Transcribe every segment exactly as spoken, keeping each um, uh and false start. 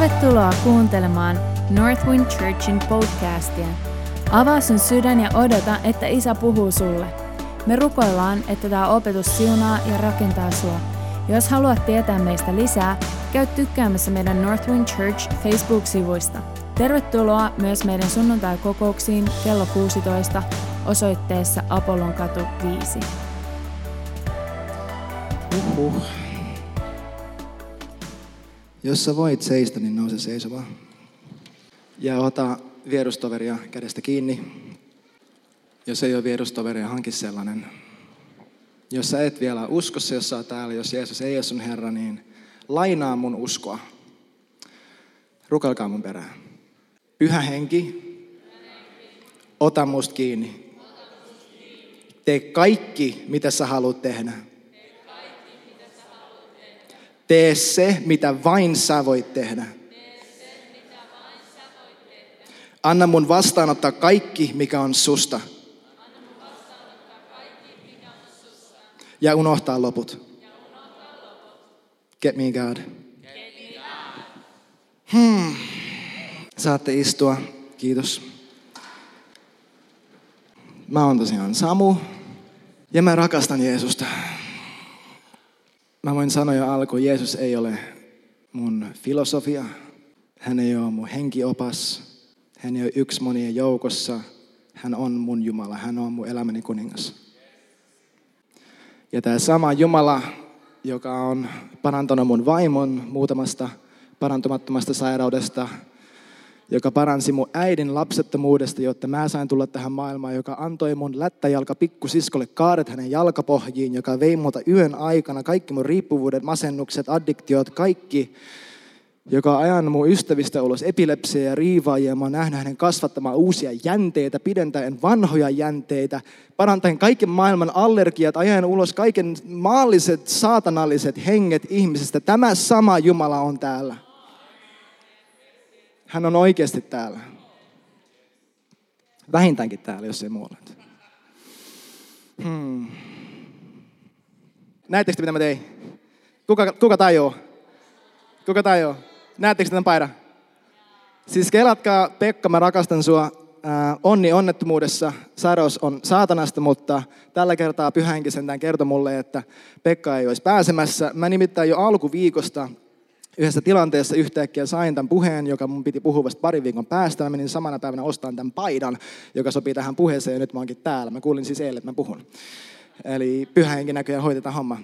Tervetuloa kuuntelemaan Northwind Churchin podcastia. Avaa sun sydän ja odota, että Isä puhuu sulle. Me rukoillaan, että tämä opetus siunaa ja rakentaa sua. Jos haluat tietää meistä lisää, käy tykkäämässä meidän Northwind Church Facebook-sivuista. Tervetuloa myös meidän sunnuntai-kokouksiin kello kuusitoista osoitteessa Apollonkatu viisi. Uhuh. Jos sä voit seistä, niin nouse seisomaan. Ja ota vierustoveria kädestä kiinni. Jos ei ole vierustoveria, hanki sellainen. Jos sä et vielä uskossa, jos sä oot täällä, jos Jeesus ei ole sun Herra, niin lainaa mun uskoa. Rukoilkaa mun perään. Pyhä henki, ota musta kiinni. Tee kaikki, mitä sä haluat tehdä. Tee se, mitä vain sä voit tehdä. Anna mun vastaanottaa kaikki, mikä on susta. Ja unohtaa loput. Get me God. Hmm. Saatte istua. Kiitos. Mä oon tosiaan Samu. Ja mä rakastan Jeesusta. Mä voin sanoa jo alkuun, Jeesus ei ole mun filosofia. Hän ei ole mun henkiopas. Hän ei ole yksi monien joukossa. Hän on mun Jumala. Hän on mun elämäni kuningas. Ja tämä sama Jumala, joka on parantanut mun vaimon muutamasta parantumattomasta sairaudesta, joka paransi mun äidin lapsettomuudesta, jotta mä sain tulla tähän maailmaan, joka antoi mun lättäjalka pikkusiskolle kaaret hänen jalkapohjiin, joka vei multa yön aikana kaikki mun riippuvuudet, masennukset, addiktiot, kaikki, joka on ajanut mun ystävistä ulos epilepsiä ja riivaajia. Mä oon nähnyt hänen kasvattamaan uusia jänteitä, pidentäen vanhoja jänteitä, parantaen kaiken maailman allergiat, ajaen ulos kaiken maalliset, saatanalliset henget ihmisistä. Tämä sama Jumala on täällä. Hän on oikeasti täällä. Vähintäänkin täällä, jos ei muualla. Hmm. Näettekö mitä mä tein? Kuka, kuka tajuu? Kuka tajuu? Näettekö tämän paidan? Siis kelatkaa, Pekka, mä rakastan sua. Ää, onni onnettomuudessa. Sairaus on saatanasta, mutta tällä kertaa Pyhä Henki sentään kertoi mulle, että Pekka ei olisi pääsemässä. Mä nimittäin jo alkuviikosta yhdessä tilanteessa yhtäkkiä sain tämän puheen, joka mun piti puhua vasta parin viikon päästä. Mä menin samana päivänä ostamaan tämän paidan, joka sopii tähän puheeseen, ja nyt mä oonkin täällä. Mä kuulin siis eilen, että mä puhun. Eli Pyhä Henki näköjään hoitetaan homma.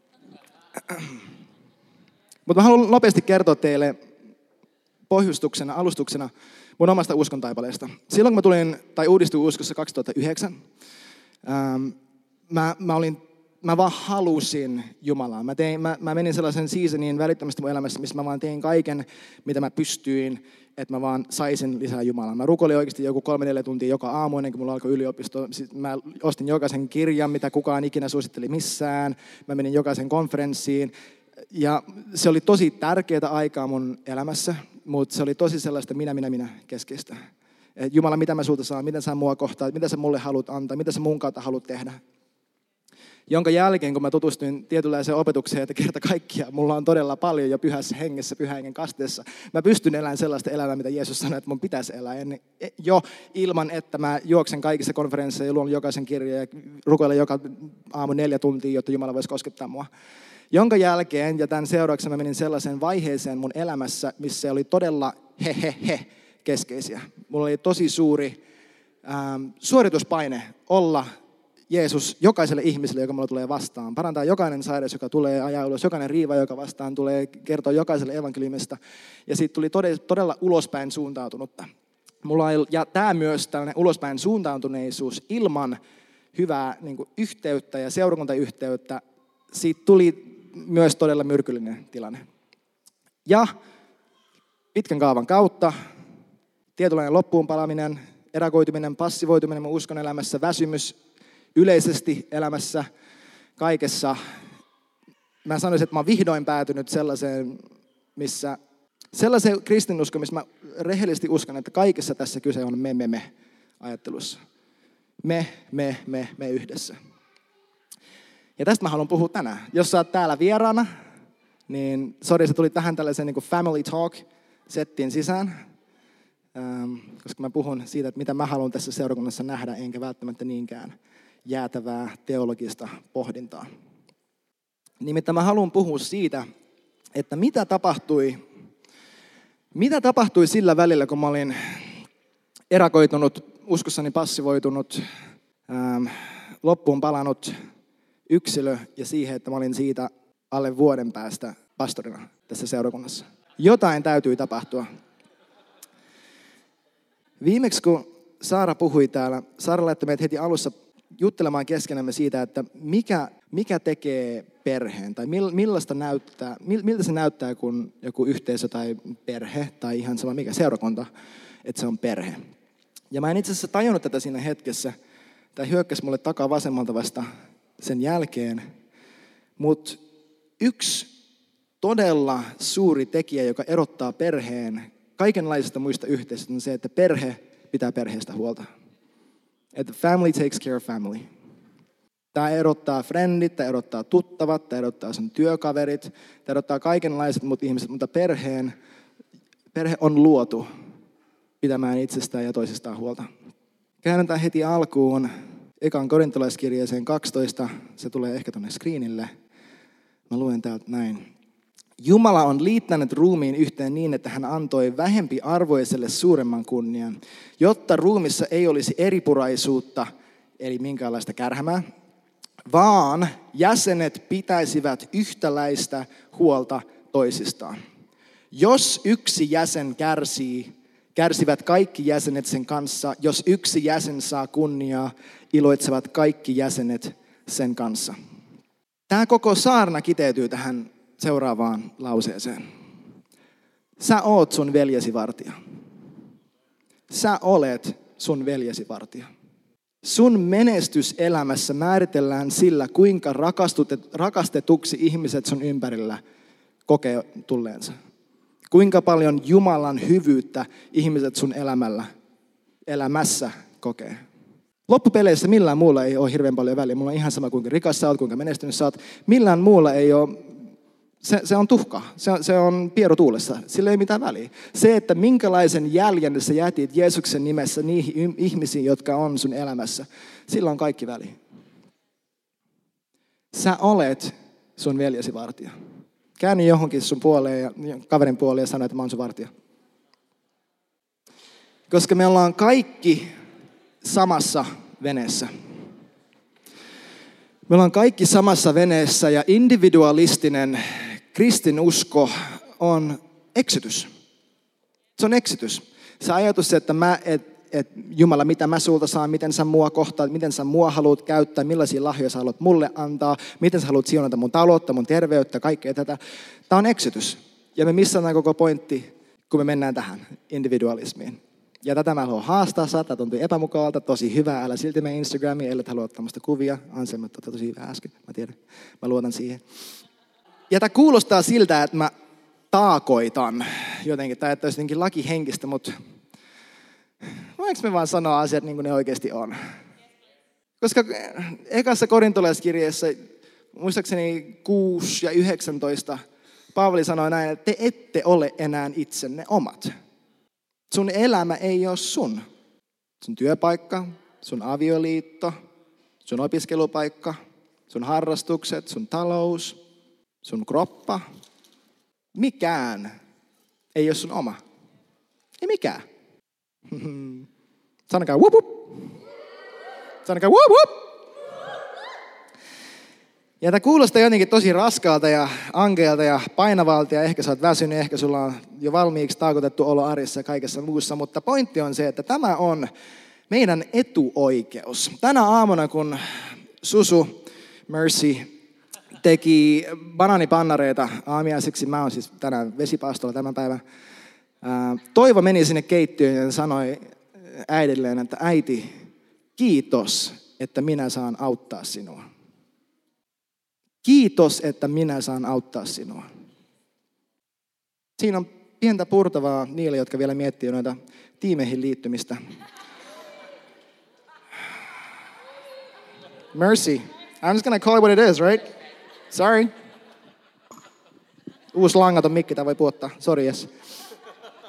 Mutta mä haluan nopeasti kertoa teille pohjustuksena, alustuksena mun omasta uskontaipaleesta. Silloin kun mä tulin, tai uudistuin uskossa kaksituhattayhdeksän, ähm, mä, mä olin Mä vaan halusin Jumalaa. Mä, tein, mä, mä menin sellaisen seasoniin välittömästi mun elämässä, missä mä vaan tein kaiken, mitä mä pystyin, että mä vaan saisin lisää Jumalaa. Mä rukoilin oikeasti joku kolme neljä tuntia joka aamu ennen kuin mulla alkoi yliopisto. Mä ostin jokaisen kirjan, mitä kukaan ikinä suositteli missään. Mä menin jokaisen konferenssiin. Ja se oli tosi tärkeää aikaa mun elämässä, mutta se oli tosi sellaista minä, minä, minä keskeistä. Et Jumala, mitä mä sulta saan, miten sä mua kohtaat, mitä sä mulle haluat antaa, mitä sä mun kautta haluat tehdä. Jonka jälkeen, kun mä tutustuin tietynlaiseen opetukseen, että kerta kaikkiaan mulla on todella paljon jo pyhässä hengessä, pyhän hengen kasteessa. Mä pystyn elämään sellaista elämää, mitä Jeesus sanoi, että mun pitäisi elää ennen, jo ilman, että mä juoksen kaikissa konferensseissa ja luon jokaisen kirjan ja rukoilen joka aamu neljä tuntia, jotta Jumala voisi koskettaa mua. Jonka jälkeen ja tämän seurauksena mä menin sellaiseen vaiheeseen mun elämässä, missä oli todella he he he keskeisiä. Mulla oli tosi suuri ähm, suorituspaine olla Jeesus jokaiselle ihmiselle, joka mulle tulee vastaan. Parantaa jokainen sairaus, joka tulee ajaa ulos, jokainen riiva, joka vastaan tulee kertoa jokaiselle evankeliumista. Ja siitä tuli todella ulospäin suuntautunutta. Mulla on, ja tämä myös tällainen ulospäin suuntautuneisuus ilman hyvää niin kuin yhteyttä ja seurakuntayhteyttä. Siitä tuli myös todella myrkyllinen tilanne. Ja pitkän kaavan kautta tietynlainen loppuunpalaminen, erakoituminen, passivoituminen mun uskon elämässä, väsymys, yleisesti elämässä, kaikessa. Mä sanoisin, että mä oon vihdoin päätynyt sellaiseen, missä, sellaiseen kristinuskoon, missä mä rehellisesti uskon, että kaikessa tässä kyse on me, me, me ajattelussa. Me, me, me, me yhdessä. Ja tästä mä haluan puhua tänään. Jos sä oot täällä vieraana, niin sori, se tuli tähän tällaiseen niin kuin family talk settiin sisään, ähm, koska mä puhun siitä, että mitä mä haluan tässä seurakunnassa nähdä, enkä välttämättä niinkään jäätävää teologista pohdintaa. Nimittäin mä haluan puhua siitä, että mitä tapahtui, mitä tapahtui sillä välillä, kun mä olin erakoitunut, uskossani passivoitunut, ähm, loppuun palannut yksilö ja siihen, että mä olin siitä alle vuoden päästä pastorina tässä seurakunnassa. Jotain täytyy tapahtua. Viimeksi kun Saara puhui täällä, Saara laittoi meidät heti alussa juttelemaan keskenämme siitä, että mikä, mikä tekee perheen tai millaista näyttää, miltä se näyttää, kun joku yhteisö tai perhe tai ihan sama mikä seurakunta, että se on perhe. Ja mä en itse asiassa tajunnut tätä siinä hetkessä, tai hyökkäsi mulle takaa vasemmalta vasta sen jälkeen, mutta yksi todella suuri tekijä, joka erottaa perheen kaikenlaisista muista yhteisöistä, on se, että perhe pitää perheestä huolta. Että family takes care of family. Tämä erottaa friendit, tämä erottaa tuttavat, tämä erottaa sun työkaverit, tämä erottaa kaikenlaiset muut ihmiset, mutta perheen, perhe on luotu pitämään itsestään ja toisistaan huolta. Käännetään heti alkuun ekan korintolaiskirjeeseen kaksitoista, se tulee ehkä tuonne screenille. Mä luen täältä näin. Jumala on liittänyt ruumiin yhteen niin, että hän antoi vähempi arvoiselle suuremman kunnian, jotta ruumissa ei olisi eripuraisuutta, eli minkäänlaista kärhämää, vaan jäsenet pitäisivät yhtäläistä huolta toisistaan. Jos yksi jäsen kärsii, kärsivät kaikki jäsenet sen kanssa. Jos yksi jäsen saa kunniaa, iloitsevat kaikki jäsenet sen kanssa. Tämä koko saarna kiteytyy tähän seuraavaan lauseeseen. Sä oot sun veljesi vartija. Sä olet sun veljesi vartija. Sun menestys elämässä määritellään sillä, kuinka rakastetuksi ihmiset sun ympärillä kokee tulleensa. Kuinka paljon Jumalan hyvyyttä ihmiset sun elämällä, elämässä kokee. Loppupeleissä millään muulla ei ole hirveän paljon väliä. Mulla on ihan sama, kuinka rikas sä oot, kuinka menestynyt sä oot. Millään muulla ei ole, se, se on tuhka, se on, se on piero tuulessa. Sillä ei mitään väliä. Se, että minkälaisen jäljen sä jätit Jeesuksen nimessä niihin ihmisiin, jotka on sun elämässä, sillä on kaikki väliä. Sä olet sun veljesi vartija. Käänny johonkin sun puoleen ja kaverin puoleen ja sano, että mä oon sun vartija. Koska me ollaan kaikki samassa veneessä. Me ollaan kaikki samassa veneessä ja individualistinen kristinusko on eksytys. Se on eksytys. Se ajatus, että mä, et, et, Jumala, mitä mä sulta saan, miten sä mua kohtaat, miten sä mua haluat käyttää, millaisia lahjoja sä haluat mulle antaa, miten sä haluat siunata mun taloutta, mun terveyttä, kaikkea tätä. Tämä on eksytys. Ja me missataan koko pointti, kun me mennään tähän individualismiin. Ja tätä mä haluan haastaa, saattaa tuntua epämukavalta, tosi hyvä, älä silti mene Instagramiin, ellei halua ottaa musta kuvia. Anse, mä tosi hyvä äsken, mä tiedän, mä luotan siihen. Ja tämä kuulostaa siltä, että mä taakoitan jotenkin, tai että olisi jotenkin lakihenkistä, mutta voinko me vaan sanoa asiat niin kuin ne oikeasti on? Koska ekassa korintolaiskirjeessä, muistaakseni kuusi ja yhdeksäntoista, Paavali sanoi näin, että te ette ole enää itsenne omat. Sun elämä ei ole sun. Sun työpaikka, sun avioliitto, sun opiskelupaikka, sun harrastukset, sun talous, sun kroppa. Mikään ei ole sun oma. Ei mikään. Sanokaa wup wup. Sanokaa wup wup. Ja tämä kuulostaa jotenkin tosi raskaalta ja ankealta ja painavalta ja ehkä sä oot väsynyt, ehkä sulla on jo valmiiksi taakotettu olo arjessa ja kaikessa muussa, mutta pointti on se, että tämä on meidän etuoikeus. Tänä aamuna, kun Susu, Mercy, teki banaanipannareita aamiaiseksi, mä oon siis tänään vesipaastolla tämän päivän, Toivo meni sinne keittiöön ja sanoi äidilleen, että äiti, kiitos, että minä saan auttaa sinua. Kiitos, että minä saan auttaa sinua. Siinä on pientä purtavaa niille, jotka vielä miettii noita tiimeihin liittymistä. Mercy. I'm just gonna call it what it is, right? Sorry. Uusi langaton mikki, tää voi puottaa. Sorry, yes.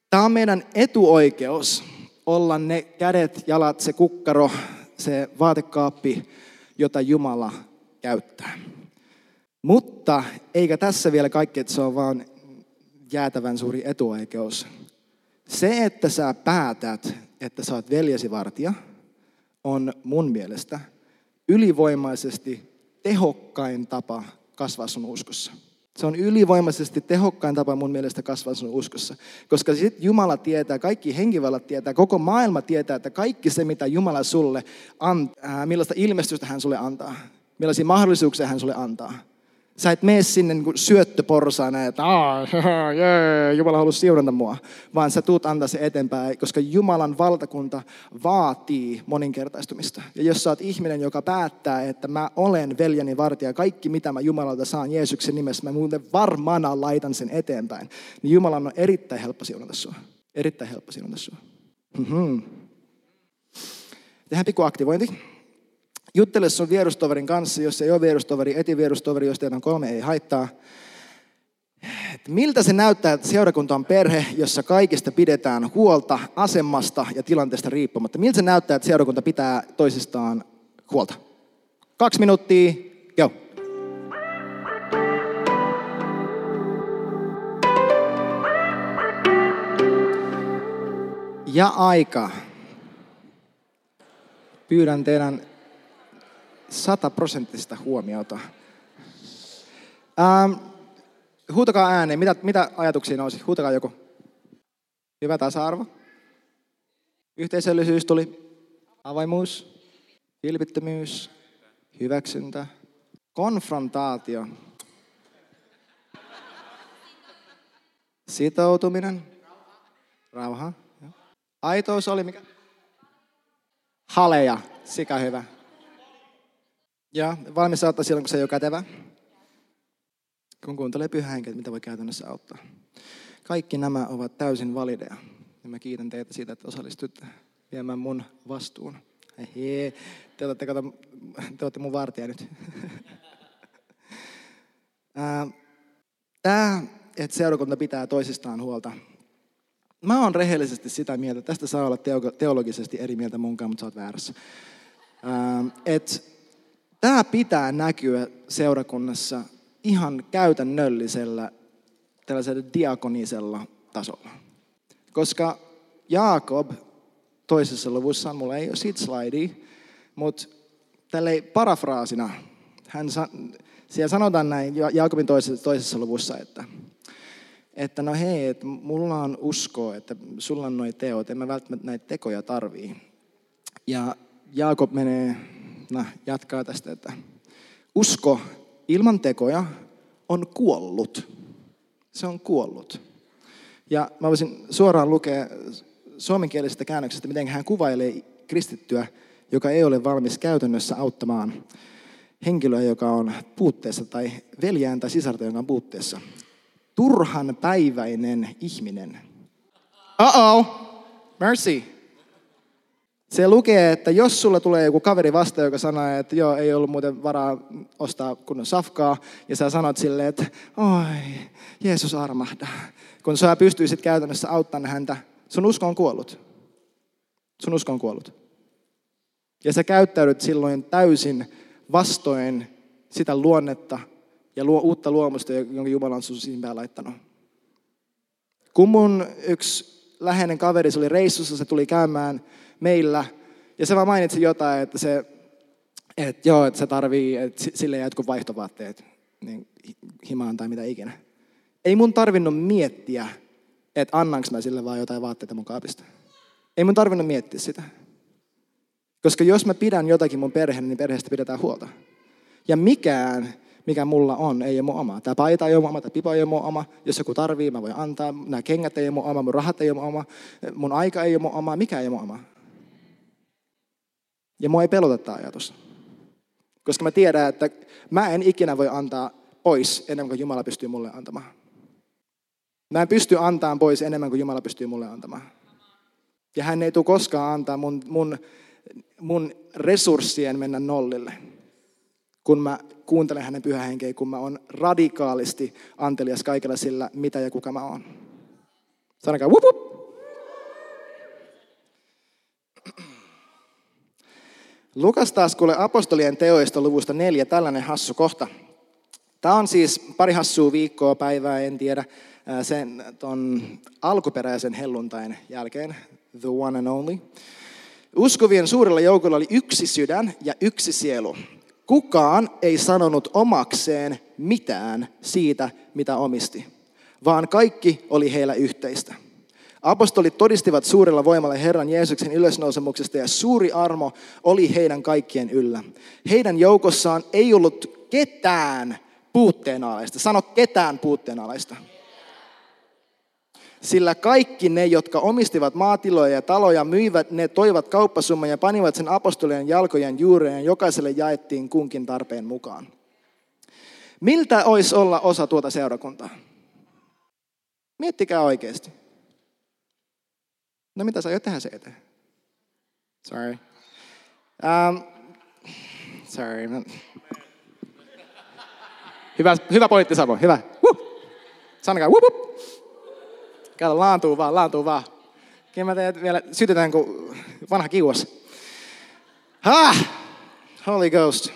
Tämä on meidän etuoikeus olla ne kädet, jalat, se kukkaro, se vaatekaappi, jota Jumala käyttää. Mutta eikä tässä vielä kaikki, että se on vaan jäätävän suuri etuoikeus. Se, että sä päätät, että sä oot veljesi vartija, on mun mielestä ylivoimaisesti tehokkain tapa kasvaa sun uskossa. Se on ylivoimaisesti tehokkain tapa mun mielestä kasvaa sun uskossa. Koska sitten Jumala tietää, kaikki henkivallat tietää, koko maailma tietää, että kaikki se, mitä Jumala sulle antaa, millaista ilmestystä hän sulle antaa, millaisia mahdollisuuksia hän sulle antaa. Sä et mene sinne niin kuin syöttöporsaana, että aah, jee, Jumala haluaa siunata mua, vaan sä tuut antaa se eteenpäin, koska Jumalan valtakunta vaatii moninkertaistumista. Ja jos sä oot ihminen, joka päättää, että mä olen veljeni vartija, kaikki mitä mä Jumalalta saan Jeesuksen nimessä, mä muuten varmana laitan sen eteenpäin, niin Jumalan on erittäin helppo siunata sua. Erittäin helppo siunata sua. Mm-hmm. Tehdään pikku aktivointi. Juttele sun vierustoverin kanssa, jos ei ole vierustoveri, eti vierustoveri, jos teitä on kolme, ei haittaa. Et miltä se näyttää, että seurakunta on perhe, jossa kaikista pidetään huolta asemasta ja tilanteesta riippumatta? Miltä se näyttää, että seurakunta pitää toisistaan huolta? Kaksi minuuttia, go. Ja aika. Pyydän teidän sataprosenttista huomiota. Ähm, huutakaa ääneen. Mitä, mitä ajatuksia nousi? Huutakaa joku. Hyvä tasa-arvo. Yhteisöllisyys tuli. Avoimuus. Vilpittömyys. Hyväksyntä. Konfrontaatio. Sitoutuminen. Rauha. Aitous oli mikä? Haleja. Sika hyvä. Ja valmis auttaa silloin, kun se ei ole kätevä. Kun kuuntelee Pyhä Henki, mitä voi käytännössä auttaa. Kaikki nämä ovat täysin valideja. Ja mä kiitän teitä siitä, että osallistutte viemään mun vastuun. Hei, te olette, kato, te olette mun vartija nyt. Tämä, että seurakunta pitää toisistaan huolta. Mä oon rehellisesti sitä mieltä, tästä saa olla teologisesti eri mieltä munkaan, mutta sä oot väärässä. Että tämä pitää näkyä seurakunnassa ihan käytännöllisellä, tällaisella diakonisella tasolla. Koska Jaakob toisessa luvussa, mulla ei ole siitä slidea, mutta tälleen parafraasina, hän sa- siellä sanotaan näin Jaakobin toisessa, toisessa luvussa, että, että no hei, että mulla on usko, että sulla on noi teot, en mä välttämättä näitä tekoja tarvii. Ja Jaakob menee, no, jatkaa tästä, että usko ilman tekoja on kuollut. Se on kuollut. Ja mä voisin suoraan lukea suomenkielisestä käännöksestä, miten hän kuvailee kristittyä, joka ei ole valmis käytännössä auttamaan henkilöä, joka on puutteessa, tai veljään tai sisarta, joka on puutteessa. Turhan päiväinen ihminen. Uh-oh, mercy. Se lukee, että jos sulla tulee joku kaveri vastaan, joka sanoo, että joo, ei ollut muuten varaa ostaa kunnon safkaa, ja sä sanot silleen, että oi, Jeesus armahda. Kun sä pystyisit käytännössä auttamaan häntä, sun usko on kuollut. Sun usko on kuollut. Ja sä käyttäydyt silloin täysin vastoin sitä luonnetta ja luo uutta luomusta, jonka Jumala on sun sisäänpäin laittanut. Kun mun yksi läheinen kaveri, se oli reissussa, se tuli käymään meillä, ja se vaan mainitsi jotain, että se, että joo, että se tarvii, että sille jää jotkut vaihtovaatteet niin himaan tai mitä ikinä. Ei mun tarvinnut miettiä, että annanko mä sille vaan jotain vaatteita mun kaapista. Ei mun tarvinnut miettiä sitä. Koska jos mä pidän jotakin mun perheen, niin perheestä pidetään huolta. Ja mikään, mikä mulla on, ei ole mun oma. Tää paita ei ole mun oma, tää pipa ei ole mun oma. Jos joku tarvii, mä voin antaa. Nämä kengät ei ole mun oma, mun rahat ei ole mun oma. Mun aika ei ole mun oma, mikä ei ole mun oma. Ja mua ei pelota tämä ajatus. Koska mä tiedän, että mä en ikinä voi antaa pois enemmän kuin Jumala pystyy mulle antamaan. Mä en pysty antamaan pois enemmän kuin Jumala pystyy mulle antamaan. Ja hän ei tule koskaan antaa mun, mun, mun resurssien mennä nollille, kun mä kuuntelen hänen Pyhä Henkeä, kun mä oon radikaalisti antelias kaikella sillä, mitä ja kuka mä oon. Sanokaa wup wup! Lukas taas kuule apostolien teoista luvusta neljä, tällainen hassu kohta. Tämä on siis pari hassua viikkoa, päivää, en tiedä, sen ton alkuperäisen helluntain jälkeen, the one and only. Uskovien suurella joukolla oli yksi sydän ja yksi sielu. Kukaan ei sanonut omakseen mitään siitä, mitä omisti, vaan kaikki oli heillä yhteistä. Apostolit todistivat suurella voimalla Herran Jeesuksen ylösnousemuksesta ja suuri armo oli heidän kaikkien yllä. Heidän joukossaan ei ollut ketään puutteenalaista. Sano ketään puutteenalaista. Sillä kaikki ne, jotka omistivat maatiloja ja taloja, myivät, ne toivat kauppasumman ja panivat sen apostolien jalkojen juureen ja jokaiselle jaettiin kunkin tarpeen mukaan. Miltä olisi olla osa tuota seurakuntaa? Miettikää oikeasti. No mitä sä aiot tehdä se eteen? Sorry. Um, sorry. Hyvä, hyvä pointti, Savo. Hyvä. Woo. Sanokaa wup wup. Kato, laantuu vaan, laantuu vaan. Kyllä mä teet vielä, sytytään kuin vanha kiuas. Ah! Holy Ghost.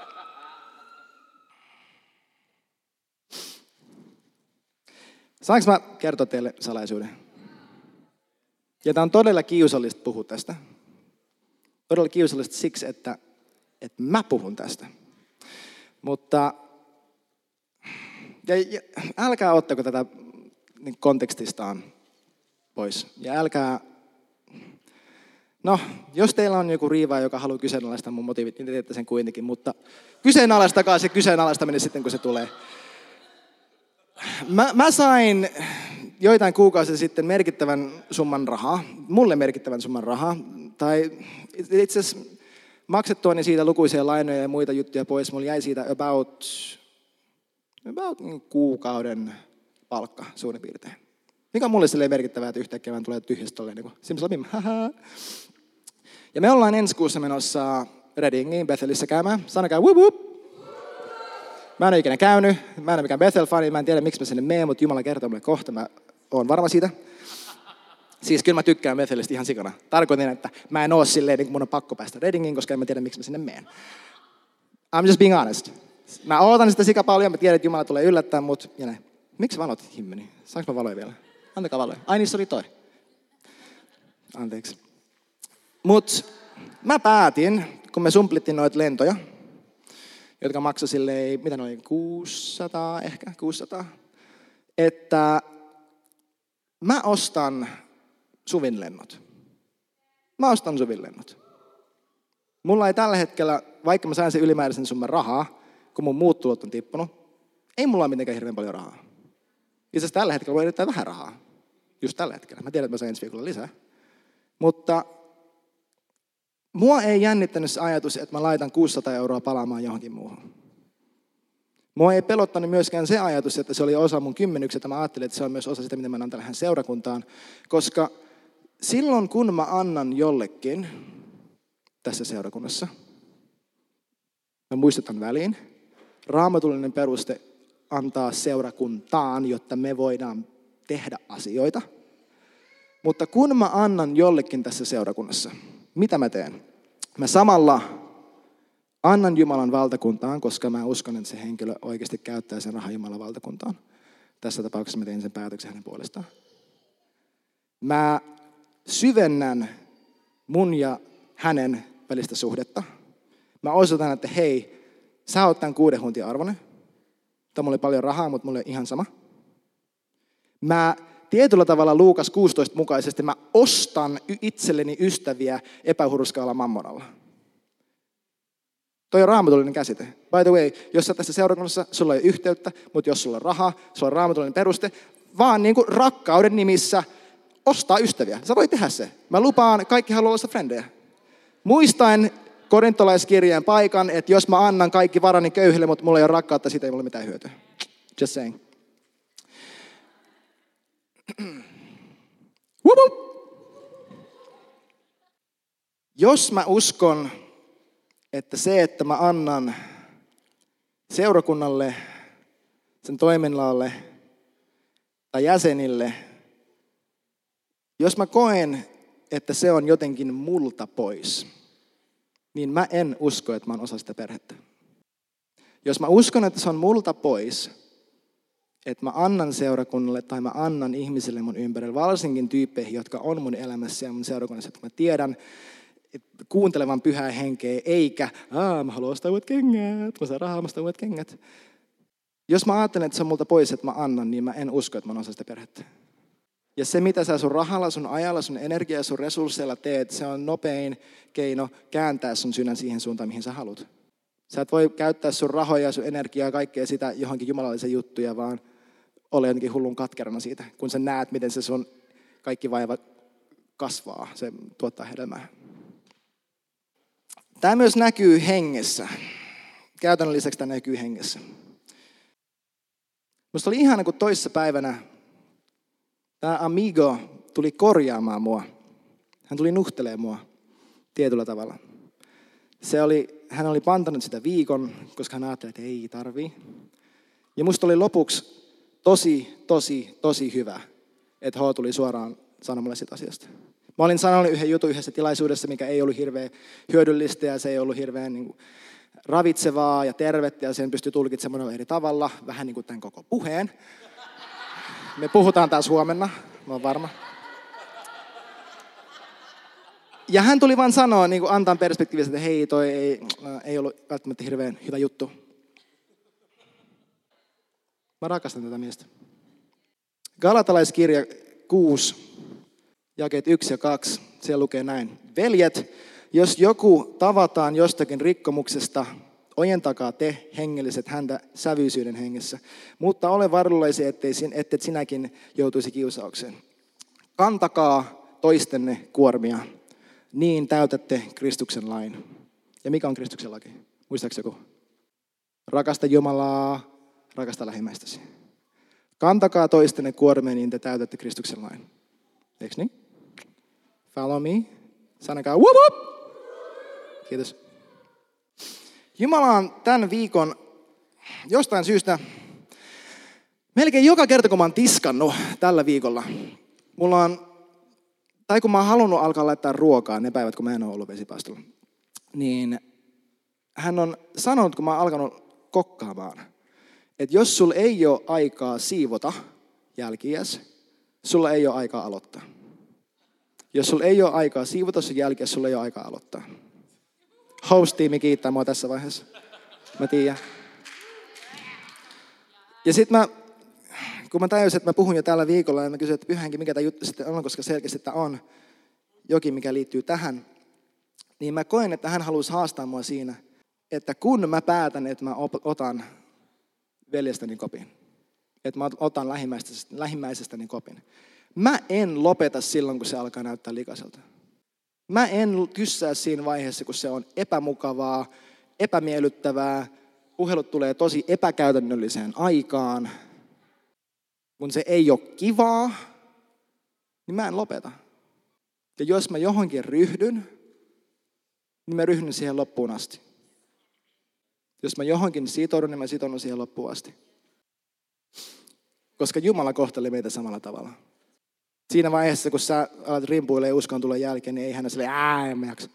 Saanko mä kertoa teille salaisuuden? Ja tää on todella kiusallista puhua tästä. Todella kiusallista siksi, että, että mä puhun tästä. Mutta ja, ja, älkää ottako tätä niin kontekstistaan pois. Ja älkää, no, jos teillä on joku riivaa, joka haluaa kyseenalaistaa mun motiivit, niin te teette sen kuitenkin, mutta kyseenalaistakaa se kyseenalaistaminen sitten, kun se tulee. Mä, mä sain joitain kuukausia sitten merkittävän summan rahaa, mulle merkittävän summan rahaa, tai itse asiassa maksettuani siitä lukuisia lainoja ja muita juttuja pois, mulla jäi siitä about, about kuukauden palkka suurin piirtein. Mikä on mulle silleen merkittävää, että yhtäkkiä vaan tulee tyhjästä tolleen niin kuin simsalabim, haha. Ja me ollaan ensi kuussa menossa Readingiin, Bethelissä käymään. Sanokaa wup wup. Mä en ole ikinä käynyt, mä en ole mikään Bethel-fani, mä en tiedä miksi mä sinne menen, mutta Jumala kertoo mulle kohta, mä oon varma siitä. Siis kyllä mä tykkään Bethelistä ihan sikana. Tarkoitin, että mä en oo silleen, niin kuin mun on pakko päästä Readingiin, koska en mä tiedä miksi mä sinne menen. I'm just being honest. Mä ootan sitä sika paljon, mä tiedän, että Jumala tulee yllättää mut ja näin. Miksi valot himmeni? Saanko mä valoja vielä? Antakaa valoja. Ai niin, se oli toi. Anteeksi. Mut mä päätin, kun me sumplittiin noita lentoja, jotka maksoi silleen, mitä noin, kuusisataa ehkä, kuusisataa, että mä ostan Suvin lennot. Mä ostan Suvin lennot. Mulla ei tällä hetkellä, vaikka mä sain sen ylimääräisen summan rahaa, kun mun muut tulot on tippunut, ei mulla ole mitenkään hirveän paljon rahaa. Itse asiassa tällä hetkellä voi erittäin vähän rahaa. Just tällä hetkellä. Mä tiedän, että mä saan ensi viikolla lisää. Mutta mua ei jännittänyt se ajatus, että mä laitan kuusisataa euroa palaamaan johonkin muuhun. Mua ei pelottanut myöskään se ajatus, että se oli osa mun kymmenyksestä. Mä ajattelin, että se on myös osa sitä, miten mä annan tähän seurakuntaan. Koska silloin, kun mä annan jollekin tässä seurakunnassa, mä muistutan väliin, raamatullinen peruste antaa seurakuntaan, jotta me voidaan tehdä asioita. Mutta kun mä annan jollekin tässä seurakunnassa, mitä mä teen? Mä samalla annan Jumalan valtakuntaan, koska mä uskon, että se henkilö oikeasti käyttää sen rahan Jumalan valtakuntaan. Tässä tapauksessa mä tein sen päätöksen hänen puolestaan. Mä syvennän mun ja hänen välistä suhdetta. Mä osoitan, että hei, sä oot tämän kuuden huntin arvoinen. Tämä mulla oli paljon rahaa, mutta mulla oli ihan sama. Mä tietyllä tavalla Luukas kuusitoista mukaisesti mä ostan itselleni ystäviä epähurskaalla mammonalla. Toi on raamatullinen käsite. By the way, jos sä tässä seurakunnassa, sulla ei ole yhteyttä, mutta jos sulla on rahaa, sulla on raamatullinen peruste, vaan niin kuin rakkauden nimissä ostaa ystäviä. Sä voi tehdä se. Mä lupaan, kaikki haluaa olla frendejä. Muistaen korintolaiskirjeen paikan, että jos mä annan kaikki varani köyhille, mutta mulla ei ole rakkautta, siitä ei mulla mitään hyötyä. Just saying. Jos mä uskon, että se, että mä annan seurakunnalle, sen toiminnalle tai jäsenille, jos mä koen, että se on jotenkin multa pois, niin mä en usko, että mä oon osa sitä perhettä. Jos mä uskon, että se on multa pois, että mä annan seurakunnalle tai mä annan ihmisille mun ympärillä, varsinkin tyyppeihin, jotka on mun elämässä ja mun seurakunnassa, että mä tiedän että kuuntelevan pyhää henkeä, eikä Aa, mä haluan ostaa uudet kengät, mä saan rahaa, mä ostaa uudet kengät. Jos mä ajattelen, että se on multa pois, että mä annan, niin mä en usko, että mä oon osa sitä perhettä. Ja se, mitä sä sun rahalla, sun ajalla, sun energiaa, sun resursseilla teet, se on nopein keino kääntää sun sydän siihen suuntaan, mihin sä haluat. Sä et voi käyttää sun rahoja, sun energiaa, kaikkea sitä johonkin jumalallisen juttuja, vaan ole jotenkin hullun katkerana siitä, kun sä näet, miten se sun kaikki vaiva kasvaa, se tuottaa hedelmää. Tämä myös näkyy hengessä. Käytännön lisäksi tämä näkyy hengessä. Musta oli ihana, kun toissa päivänä tämä amigo tuli korjaamaan mua. Hän tuli nuhtelemaan mua tietyllä tavalla. Se oli, hän oli pantanut sitä viikon, koska hän ajatteli, että ei tarvii. Ja musta oli lopuksi tosi, tosi, tosi hyvä, että H tuli suoraan sanomalle siitä asiasta. Mä olin sanonut yhden jutun yhdessä tilaisuudessa, mikä ei ollut hirveän hyödyllistä ja se ei ollut hirveän niin kuin, ravitsevaa ja tervettä ja sen pystyi tulkitsemaan eri tavalla, vähän niin kuin tämän koko puheen. Me puhutaan taas huomenna, mä oon varma. Ja hän tuli vaan sanoa, niin kuin antaa perspektiivistä, että hei, toi ei, ei ollut välttämättä hirveän hyvä juttu. Mä rakastan tätä miestä. Galatalaiskirja kuusi, jakeet yksi ja kaksi, siellä lukee näin. Veljet, jos joku tavataan jostakin rikkomuksesta, ojentakaa te hengelliset häntä sävyisyyden hengessä, mutta ole varullisia, ettei, ettei sinäkin joutuisi kiusaukseen. Kantakaa toistenne kuormia, niin täytätte Kristuksen lain. Ja mikä on Kristuksen laki? Muistaako joku? Rakasta Jumalaa, rakasta lähimmäistäsi. Kantakaa toistenne kuormia, niin te täytätte Kristuksen lain. Eikö niin? Follow me. Sanokaa whoop whoop. Kiitos. Jumala on tämän viikon jostain syystä, melkein joka kerta kun mä oon tiskannut tällä viikolla, mulla on, tai kun mä oon halunnut alkaa laittaa ruokaa ne päivät, kun mä en ole ollut vesipaastolla, niin hän on sanonut, kun mä oon alkanut kokkaamaan, että jos sulla ei ole aikaa siivota jälkiäs, sulla ei ole aikaa aloittaa. Jos sulla ei ole aikaa siivota sun jälkiäs, sulla ei ole aikaa aloittaa. Host-tiimi kiittää mua tässä vaiheessa. Mä tiedän. Ja sit mä, kun mä tajusin, että mä puhun jo tällä viikolla, ja mä kysyin, että pyhänkin, mikä tämä juttu sitten on, koska selkeästi tämä on jokin, mikä liittyy tähän, niin mä koen, että hän haluaisi haastaa mua siinä, että kun mä päätän, että mä otan veljestäni kopin, että mä otan lähimmäisestäni, lähimmäisestäni kopin, mä en lopeta silloin, kun se alkaa näyttää likaiselta. Mä en kyssää siinä vaiheessa, kun se on epämukavaa, epämiellyttävää, puhelut tulee tosi epäkäytännölliseen aikaan, kun se ei ole kivaa, niin mä en lopeta. Ja jos mä johonkin ryhdyn, niin mä ryhdyn siihen loppuun asti. Jos mä johonkin sitoudun, niin mä sitoudun siihen loppuun asti. Koska Jumala kohteli meitä samalla tavalla. Siinä vaiheessa, kun sä alat rimpuilemaan ja uskon tulla jälkeen, niin ei hän sille ää, en mä jaksa.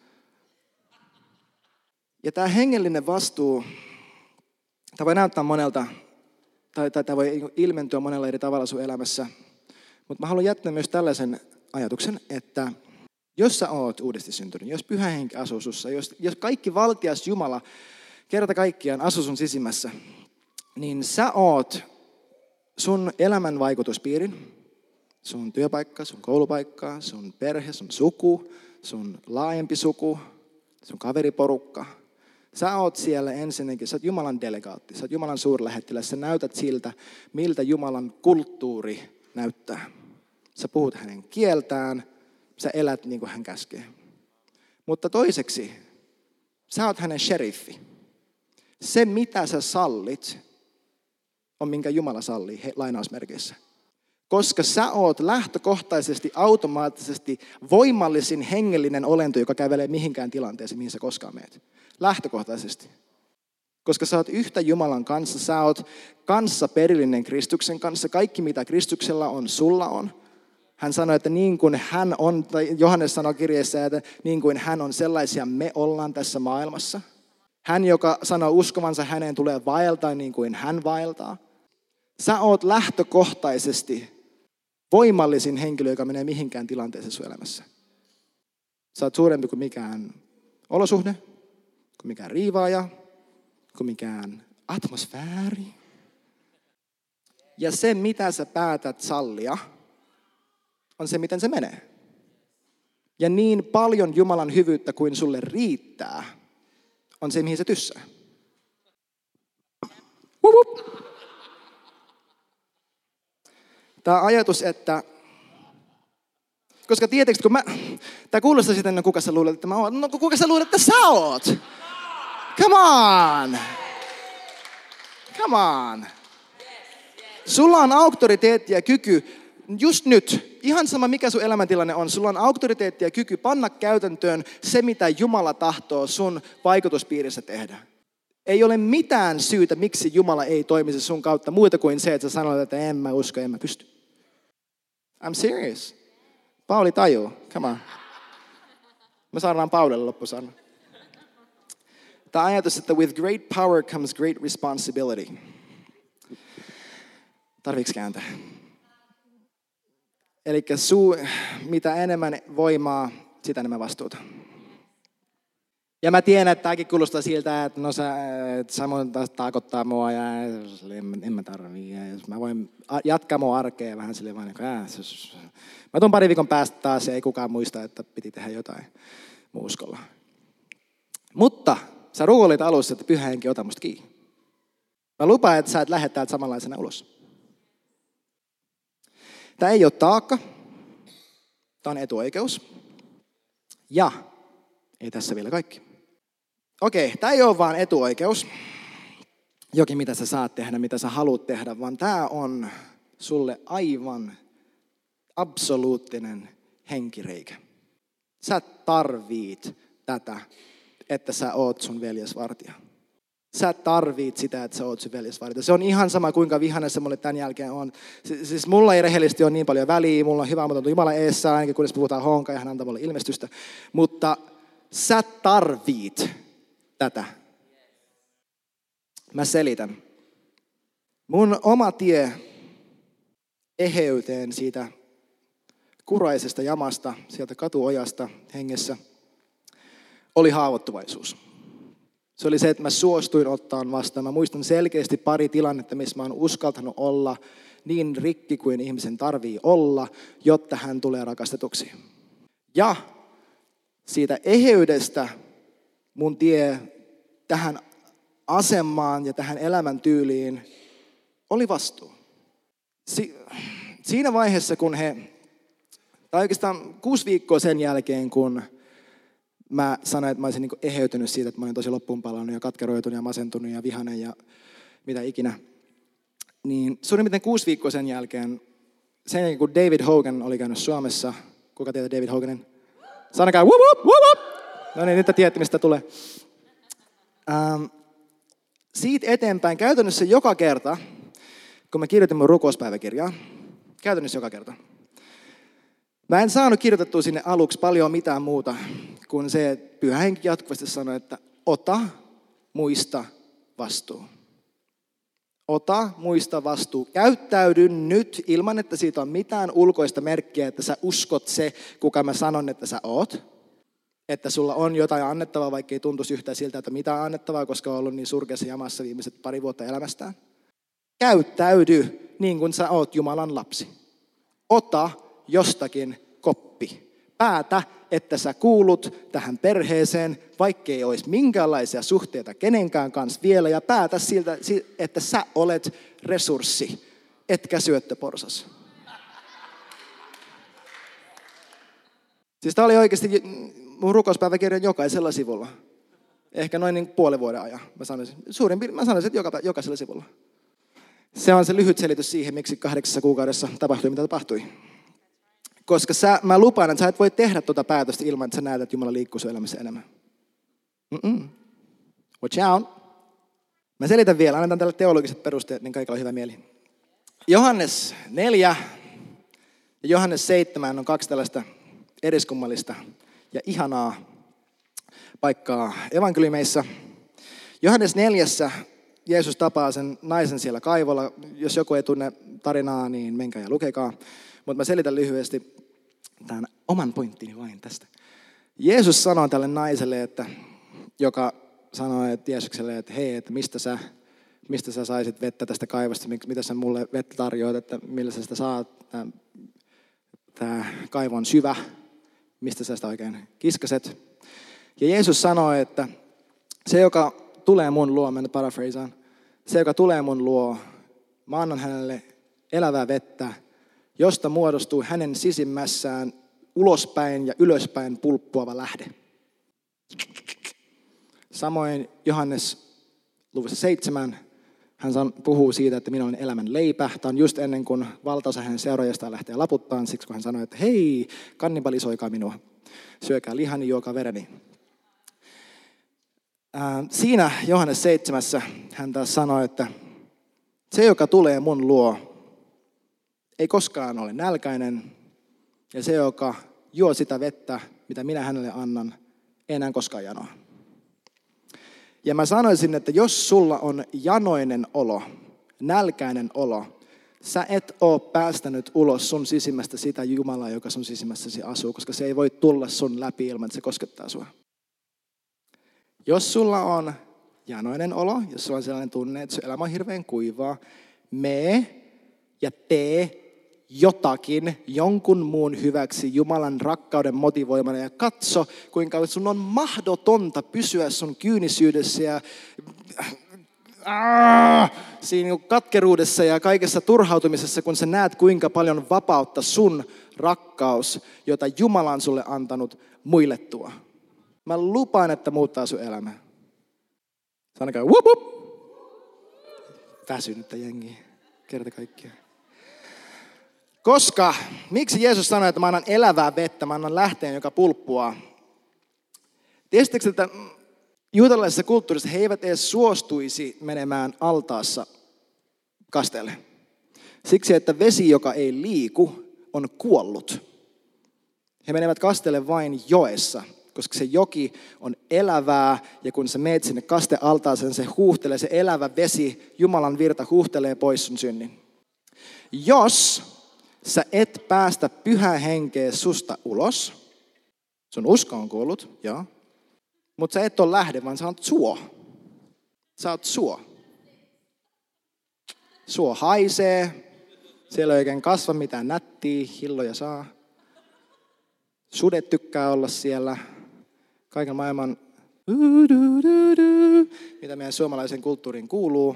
Ja tämä hengellinen vastuu, tämä voi näyttää monelta, tai, tai tämä voi ilmentyä monella eri tavalla sun elämässä. Mutta mä haluan jättää myös tällaisen ajatuksen, että jos sä oot uudesti syntynyt, jos Pyhä Henki asuu sussa, jos, jos kaikki valtias Jumala kerta kaikkiaan asuu sun sisimmässä, niin sä oot sun elämän vaikutuspiirin, sun työpaikka, sun koulupaikka, sun perhe, sun suku, sun laajempi suku, sun kaveriporukka. Sä oot siellä ensinnäkin, sä oot Jumalan delegaatti, sä oot Jumalan suurlähettiläs, sä näytät siltä, miltä Jumalan kulttuuri näyttää. Sä puhut hänen kieltään, sä elät niin kuin hän käskee. Mutta toiseksi, sä oot hänen sheriffi. Se, mitä sä sallit, on minkä Jumala sallii, lainausmerkeissä. Koska sä oot lähtökohtaisesti, automaattisesti voimallisin hengellinen olento, joka kävelee mihinkään tilanteeseen, mihin sä koskaan meet. Lähtökohtaisesti. Koska sä oot yhtä Jumalan kanssa, sä oot kanssa perillinen Kristuksen kanssa. Kaikki mitä Kristuksella on, sulla on. Hän sanoi, että niin kuin hän on, tai Johannes sanoi kirjeessä, että niin kuin hän on, sellaisia me ollaan tässä maailmassa. Hän, joka sanoo uskovansa häneen, tulee vaeltaa niin kuin hän vaeltaa. Sä oot lähtökohtaisesti voimallisin henkilö, joka menee mihinkään tilanteeseen sun elämässä. Sä oot suurempi kuin mikään olosuhde, kuin mikään riivaaja, kuin mikään atmosfääri. Ja se, mitä sä päätät sallia, on se, miten se menee. Ja niin paljon Jumalan hyvyyttä kuin sulle riittää, on se, mihin se tyssää. Uhup. Tämä ajatus, että... Koska tietysti, kun mä... Tämä kuulostaa sitten, no kuka sä luulet, että mä oon? No kuka sä luulet, että sä oot? Come on! Come on! Sulla on auktoriteetti ja kyky just nyt, ihan sama mikä sun elämäntilanne on, sulla on auktoriteetti ja kyky panna käytäntöön se, mitä Jumala tahtoo sun vaikutuspiirissä tehdä. Ei ole mitään syytä, miksi Jumala ei toimisi sun kautta muuta kuin se, että sä sanoit, että en mä usko, en mä pysty. I'm serious. Pauli tajuu. Come on. Me saadaan Paulille loppusana. Tämä ajatus, että with great power comes great responsibility. Tarviiks kääntää? Eli mitä enemmän voimaa, sitä enemmän vastuuta. Ja mä tiedän, että tämäkin kuulostaa siltä, että no sä, et sä voin taas taakottaa mua ja en, en mä tarvii. Ja mä voin jatkaa mun arkea vähän silleen vaan, että mä tuun pari viikon päästä taas ja ei kukaan muista, että piti tehdä jotain mun uskolla. Mutta sä rukoilit alussa, että Pyhä Henki ota musta kiinni. Mä lupaan, että sä et lähde täältä samanlaisena ulos. Tämä ei ole taakka, tämä on etuoikeus. Ja ei tässä vielä kaikki. Okei, tämä ei ole vaan etuoikeus, jokin mitä sä saat tehdä, mitä sä haluat tehdä, vaan tämä on sulle aivan absoluuttinen henkireikä. Sä tarvit tätä, että sä oot sun veljesvartija. Sä tarvit sitä, että sä oot sun veljesvartija. Se on ihan sama, kuinka vihainen se mulle tämän jälkeen on. Siis mulla ei rehellisesti ole niin paljon väliä, mulla on hyvä, mutta on Jumala eessä, ainakin kunnes puhutaan honkaa ja hän antaa mulle ilmestystä. Mutta sä tarvit tätä. Mä selitän. Mun oma tie eheyteen siitä kuraisesta jamasta, sieltä katuojasta hengessä, oli haavoittuvaisuus. Se oli se, että mä suostuin ottaan vastaan. Mä muistan selkeästi pari tilannetta, missä mä oon uskaltanut olla niin rikki kuin ihmisen tarvii olla, jotta hän tulee rakastetuksi. Ja siitä eheydestä mun tie tähän asemaan ja tähän elämäntyyliin oli vastuu. Si- siinä vaiheessa, kun he, tai oikeastaan kuusi viikkoa sen jälkeen, kun mä sanoin, että mä olisin niin kuin eheytynyt siitä, että mä olin tosi loppuun palannut ja katkeroitunut ja masentunut ja vihainen ja mitä ikinä. Niin suurin piirtein kuusi viikkoa sen jälkeen, sen jälkeen kun David Hogan oli käynyt Suomessa, kuka tietää David Hoganin? Sanokaa wup wup wup wup! No niin, nyt te tiedätte, mistä tulee. Ähm, siitä eteenpäin käytännössä joka kerta, kun mä kirjoitin mun rukouspäiväkirjaa, käytännössä joka kerta, mä en saanut kirjoitettua sinne aluksi paljon mitään muuta kuin se, että Pyhä Henki jatkuvasti sanoi, että ota, muista, vastuu. Ota, muista, vastuu. Käyttäydy nyt ilman, että siitä on mitään ulkoista merkkiä, että sä uskot se, kuka mä sanon, että sä oot. Että sulla on jotain annettavaa, vaikka ei tuntuisi yhtään siltä, että mitä annettavaa, koska on ollut niin surkeassa jamassa viimeiset pari vuotta elämästään. Käyttäydy niin kuin sä oot Jumalan lapsi. Ota jostakin koppi. Päätä, että sä kuulut tähän perheeseen, vaikkei olisi minkäänlaisia suhteita kenenkään kanssa vielä, ja päätä siltä, että sä olet resurssi, etkä syöttöporsas. Siis tää oli oikeasti mun rukouspäiväkirjan jokaisella sivulla. Ehkä noin niin puolen vuoden ajan. Mä sanoisin, suurin piirtein, mä sanoisin, että joka, jokaisella sivulla. Se on se lyhyt selitys siihen, miksi kahdeksassa kuukaudessa tapahtui, mitä tapahtui. Koska sä, mä lupaan, että sä et voi tehdä tuota päätöstä ilman, että sä näet, että Jumala liikkuu sun elämässä enemmän. Mm-mm. Watch out. Mä selitän vielä, annetaan tälle teologiset perusteet, niin kaikilla on hyvä mieli. Johannes neljä, Ja Johannes seitsemän on kaksi tällaista eriskummallista ja ihanaa paikkaa evankeliumeissa. Johannes neljässä Jeesus tapaa sen naisen siellä kaivolla. Jos joku ei tunne tarinaa, niin menkää ja lukekaa. Mutta mä selitän lyhyesti tämän oman pointtini vain tästä. Jeesus sanoi tälle naiselle, että, joka sanoi että Jeesukselle, että hei, että mistä sä, mistä sä saisit vettä tästä kaivosta, mitä sä mulle vettä tarjoat, että millä sä sitä saat, tämä, tämä kaivo on syvä, mistä sä sitä oikein kiskaset. Ja Jeesus sanoi, että se, joka tulee mun luo, mä nyt paraphrasaan, se, joka tulee mun luo, mä annan hänelle elävää vettä, josta muodostuu hänen sisimmässään ulospäin ja ylöspäin pulppuava lähde. Samoin Johannes luvussa seitsemän, hän puhuu siitä, että minä olen elämän leipä. Tämä on just ennen kuin valtaosa hänen seuraajastaan lähtee laputtaan, siksi kun hän sanoi, että hei, kannibalisoikaa minua, syökää lihani, juokaa vereni. Siinä Johannes seitsemässä hän taas sanoi, että se, joka tulee mun luo, ei koskaan ole nälkäinen, ja se, joka juo sitä vettä, mitä minä hänelle annan, ei enää koskaan janoa. Ja mä sanoisin, että jos sulla on janoinen olo, nälkäinen olo, sä et ole päästänyt ulos sun sisimmästä sitä Jumalaa, joka sun sisimmässäsi asuu, koska se ei voi tulla sun läpi ilman, että se koskettaa sua. Jos sulla on janoinen olo, jos sulla on sellainen tunne, että sun elämä on hirveän kuivaa, mee ja tee jotakin jonkun muun hyväksi Jumalan rakkauden motivoimana ja katso, kuinka sun on mahdotonta pysyä sun kyynisyydessä ja äh, siinä katkeruudessa ja kaikessa turhautumisessa, kun sä näet, kuinka paljon vapautta sun rakkaus, jota Jumala on sulle antanut, muille tuo. Mä lupaan, että muuttaa sun elämä. Sanokaa wup wup. Väsynyttä jengiä. Kerta kaikkiaan. Koska, miksi Jeesus sanoi, että mä annan elävää vettä, mä annan lähteen, joka pulppuaa. Tiesittekö, että juutalaisessa kulttuurissa he eivät edes suostuisi menemään altaassa kasteelle. Siksi, että vesi, joka ei liiku, on kuollut. He menevät kasteelle vain joessa, koska se joki on elävää, ja kun sä meet sinne kastealtaaseen, se huuhtelee, se elävä vesi, Jumalan virta huuhtelee pois sun synnin. Jos sä et päästä pyhää henkeä susta ulos, sun usko on kuollut, joo, mutta sä et ole lähde, vaan sä oot suo. Sä oot suo. Suo haisee, siellä ei oikein kasva mitään nättiä, hilloja saa. Sudet tykkää olla siellä. Kaiken maailman, mitä meidän suomalaisen kulttuuriin kuuluu.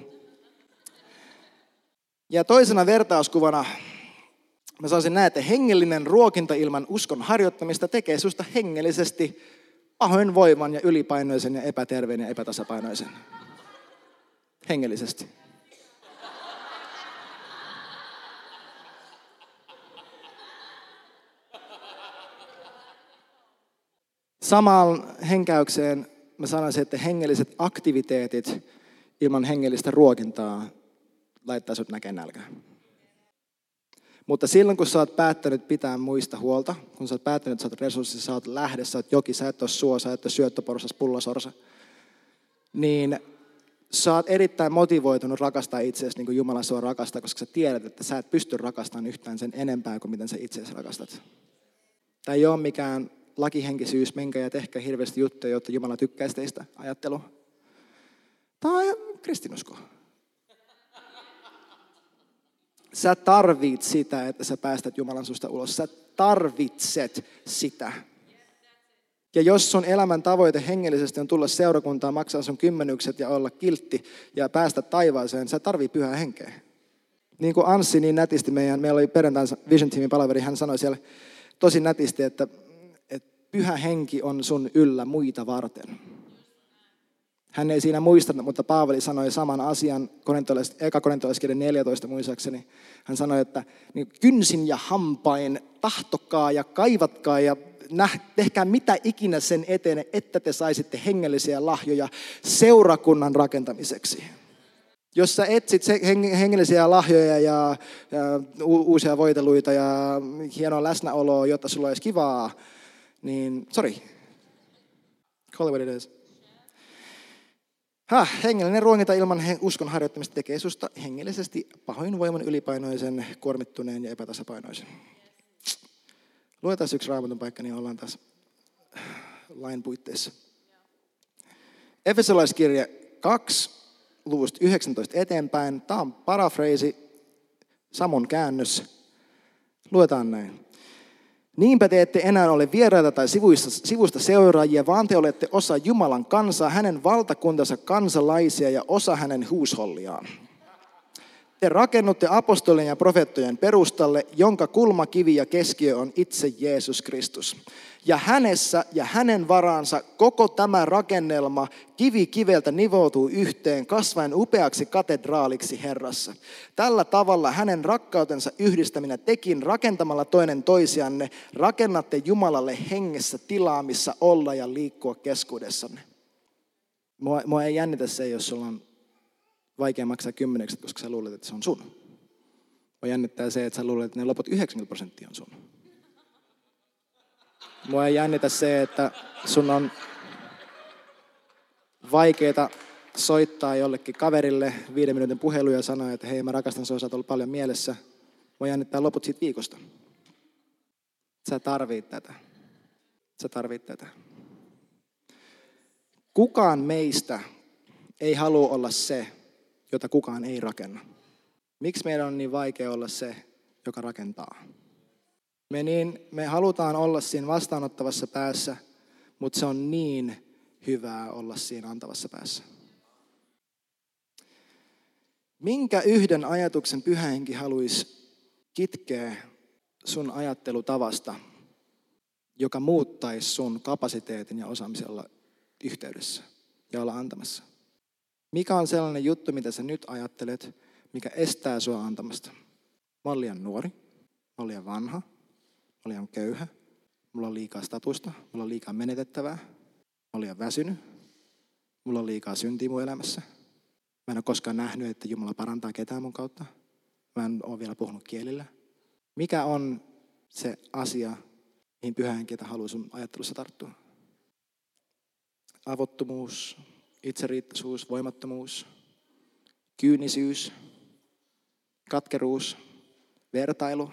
Ja toisena vertauskuvana mä sanoisin näin, että hengellinen ruokinta ilman uskon harjoittamista tekee susta hengellisesti pahoinvoivan ja ylipainoisen ja epäterveen ja epätasapainoisen. Hengellisesti. Samaan henkäykseen mä sanoisin, että hengelliset aktiviteetit ilman hengellistä ruokintaa laittaa sut näkemään nälkää. Mutta silloin, kun sä oot päättänyt pitää muista huolta, kun sä oot päättänyt, että sä oot resurssi, sä oot lähde, sä oot joki, sä et ole suo, sä et ole syöttöporsas, pullosorsa, niin sä oot erittäin motivoitunut rakastaa itseäsi niin kuin Jumala sua rakastaa, koska sä tiedät, että sä et pysty rakastamaan yhtään sen enempää kuin miten sä itseäsi rakastat. Tämä ei ole mikään lakihenkisyys, menkää ja tehkää hirveästi juttuja, jotta Jumala tykkäisi teistä ajattelu. Tämä on kristinusko. Sä tarvit sitä, että sä päästät Jumalan susta ulos. Sä tarvitset sitä. Ja jos sun elämän tavoite hengellisesti on tulla seurakuntaan, maksaa sun kymmenykset ja olla kiltti ja päästä taivaaseen, sä tarvii pyhää henkeä. Niin kuin Anssi niin nätisti meidän, meillä oli perjantain Vision Teamin palaveri, hän sanoi siellä tosi nätisti, että, että pyhä henki on sun yllä muita varten. Hän ei siinä muistanut, mutta Paavali sanoi saman asian, eka korintolaiskirjan neljätoista muistaakseni. Hän sanoi, että niin kynsin ja hampain tahtokaa ja kaivatkaa ja tehkää mitä ikinä sen eteen, että te saisitte hengellisiä lahjoja seurakunnan rakentamiseksi. Jos sä etsit hengellisiä lahjoja ja, ja u- uusia voiteluita ja hienoa läsnäoloa, jotta sulla olisi kivaa, niin sorry. Call it what it is. Ha, hengellinen ruokinta ilman he- uskon harjoittamista tekee susta hengellisesti pahoinvoiman, ylipainoisen, kuormittuneen ja epätasapainoisen. Luetaan yksi Raamatun paikka, niin ollaan taas lain puitteissa. Efesolaiskirja kaksi, luvusta yhdeksäntoista eteenpäin. Tämä on parafreesi, Samon käännös. Luetaan näin. Niinpä te ette enää ole vieraita tai sivuista, sivusta seuraajia, vaan te olette osa Jumalan kansaa, hänen valtakuntansa kansalaisia ja osa hänen huusholliaan. Te rakennutte apostolien ja profeettojen perustalle, jonka kulmakivi ja keskiö on itse Jeesus Kristus. Ja hänessä ja hänen varaansa koko tämä rakennelma kivi kiveltä nivoutuu yhteen, kasvaen upeaksi katedraaliksi Herrassa. Tällä tavalla hänen rakkautensa yhdistäminä tekin rakentamalla toinen toisianne rakennatte Jumalalle hengessä tilaa, missä olla ja liikkua keskuudessanne. Mua, mua ei jännitä se, jos sulla on vaikea maksaa kymmenekset, koska sä luulet, että se on sun. Mua jännittää se, että sä luulet, että ne loput yhdeksänkymmentä prosenttia on sun. Mua ei jännitä se, että sun on vaikeeta soittaa jollekin kaverille viiden minuutin puhelu ja sanoa, että hei, mä rakastan sua, sä oot ollut paljon mielessä. Mua jännittää loput siitä viikosta. Sä tarvit tätä. Sä tarvit tätä. Kukaan meistä ei halua olla se, jota kukaan ei rakenna. Miksi meidän on niin vaikea olla se, joka rakentaa? Me, niin, me halutaan olla siinä vastaanottavassa päässä, mutta se on niin hyvää olla siinä antavassa päässä. Minkä yhden ajatuksen Pyhä Henki haluaisi kitkeä sun ajattelutavasta, joka muuttaisi sun kapasiteetin ja osaamisen olla yhteydessä ja olla antamassa? Mikä on sellainen juttu, mitä sä nyt ajattelet, mikä estää sua antamasta? Mä oon liian nuori, mä oon liian vanha, mä oon liian köyhä, mulla on liikaa statusta, mulla on liikaa menetettävää, mä oon liian väsynyt, mulla on liikaa syntiä mun elämässä. Mä en ole koskaan nähnyt, että Jumala parantaa ketään mun kautta. Mä en ole vielä puhunut kielillä. Mikä on se asia, mihin Pyhä Henki haluaa sun ajattelussa tarttua? Avottomuus, itseriittoisuus, voimattomuus, kyynisyys, katkeruus, vertailu.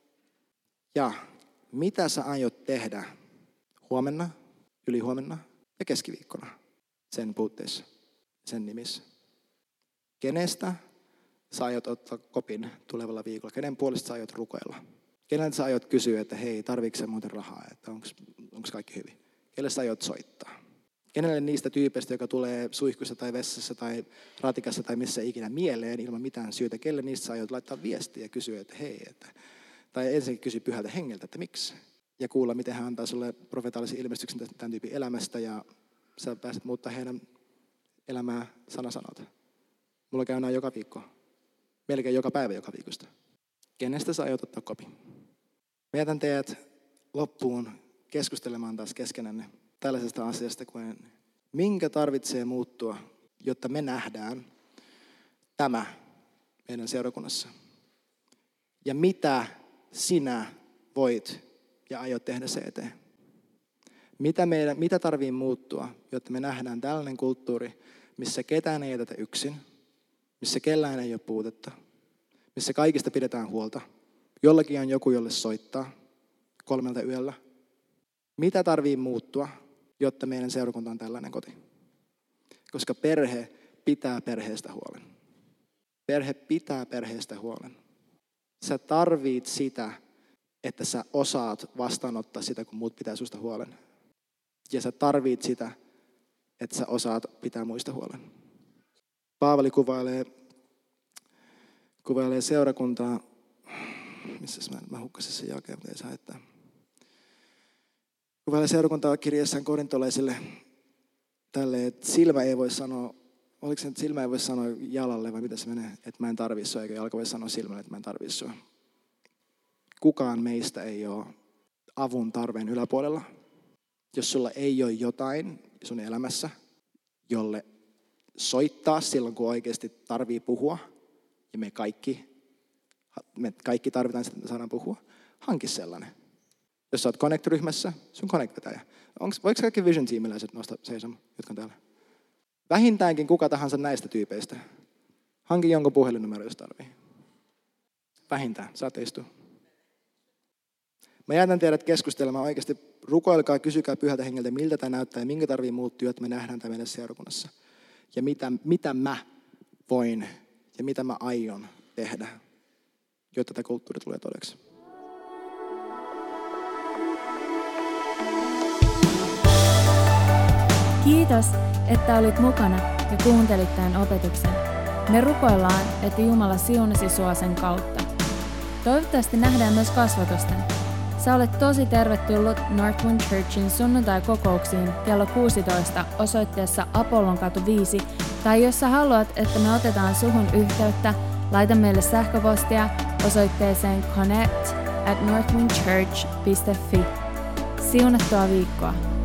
Ja mitä sä aiot tehdä huomenna, ylihuomenna ja keskiviikkona sen puutteessa, sen nimissä? Kenestä sä aiot ottaa kopin tulevalla viikolla? Kenen puolesta sä aiot rukoilla? Keneltä sä aiot kysyä, että hei, tarviiko sä muuten rahaa? Että onko kaikki hyvin? Kelle sä aiot soittaa? Kenelle niistä tyypeistä, joka tulee suihkussa tai vessassa tai ratikassa tai missä ikinä mieleen ilman mitään syytä, kelle niistä sä aiot laittaa viestiä ja kysyä, että hei, että, tai ensinnäkin kysy Pyhältä Hengeltä, että miksi? Ja kuulla, miten hän antaa sulle profetaalisen ilmestyksen tämän tyypin elämästä ja sä pääset muuttaa heidän elämää sanasanalta. Mulla käy näin joka viikko, melkein joka päivä joka viikosta. Kenestä sä aiot ottaa kopin? Mä jätän teidät loppuun keskustelemaan taas keskenänne tällaisesta asiasta kuin minkä tarvitsee muuttua, jotta me nähdään tämä meidän seurakunnassa. Ja mitä sinä voit ja aiot tehdä se eteen. Mitä, meidän, mitä tarvii muuttua, jotta me nähdään tällainen kulttuuri, missä ketään ei jätetä yksin, missä kellään ei ole puutetta, missä kaikista pidetään huolta. Jollakin on joku, jolle soittaa kolmelta yöllä. Mitä tarvii muuttua, jotta meidän seurakunta on tällainen koti? Koska perhe pitää perheestä huolen. Perhe pitää perheestä huolen. Sä tarvit sitä, että sä osaat vastaanottaa sitä, kun muut pitää susta huolen. Ja sä tarvit sitä, että sä osaat pitää muista huolen. Paavali kuvailee, kuvailee seurakuntaa, missä mä, mä hukkasin sen jälkeen, mutta ei saa että. Kuvailee seurakuntaa kirjassaan korintolaisille tälle, että silmä ei voi sanoa, oliko se, että silmä ei voi sanoa jalalle vai mitä se menee, että mä en tarvitse sua, eikä jalka voi sanoa silmälle, että mä en tarvitse sua. Kukaan meistä ei ole avun tarpeen yläpuolella. Jos sulla ei ole jotain sun elämässä, jolle soittaa silloin, kun oikeasti tarvii puhua. Ja me kaikki, me kaikki tarvitaan sitä, että me saadaan puhua. Hanki sellainen. Jos sä oot Connect-ryhmässä, sun Connect-vetäjä. Onks, voiko kaikki Vision-tiimiläiset nostaa seisomaan, jotka on täällä? Vähintäänkin kuka tahansa näistä tyypeistä. Hanki jonkun puhelinnumero, jos tarvii. Vähintään, saatte istua. Mä jätän teidät keskustelemaan oikeasti. Rukoilkaa, kysykää Pyhältä Hengeltä, miltä tämä näyttää ja minkä tarvii muuttua, että me nähdään tämä meidän seurakunnassa. Ja mitä, mitä mä voin ja mitä mä aion tehdä, jotta tämä kulttuuri tulee todeksi. Kiitos, että olit mukana ja kuuntelit tämän opetuksen. Me rukoillaan, että Jumala siunasi sua sen kautta. Toivottavasti nähdään myös kasvatusten. Sä olet tosi tervetullut Northwind Churchin sunnuntai-kokouksiin kello kuusitoista osoitteessa Apollonkatu viisi, tai jos sä haluat, että me otetaan suhun yhteyttä, laita meille sähköpostia osoitteeseen connect at northwindchurch piste fi. Siunattua viikkoa!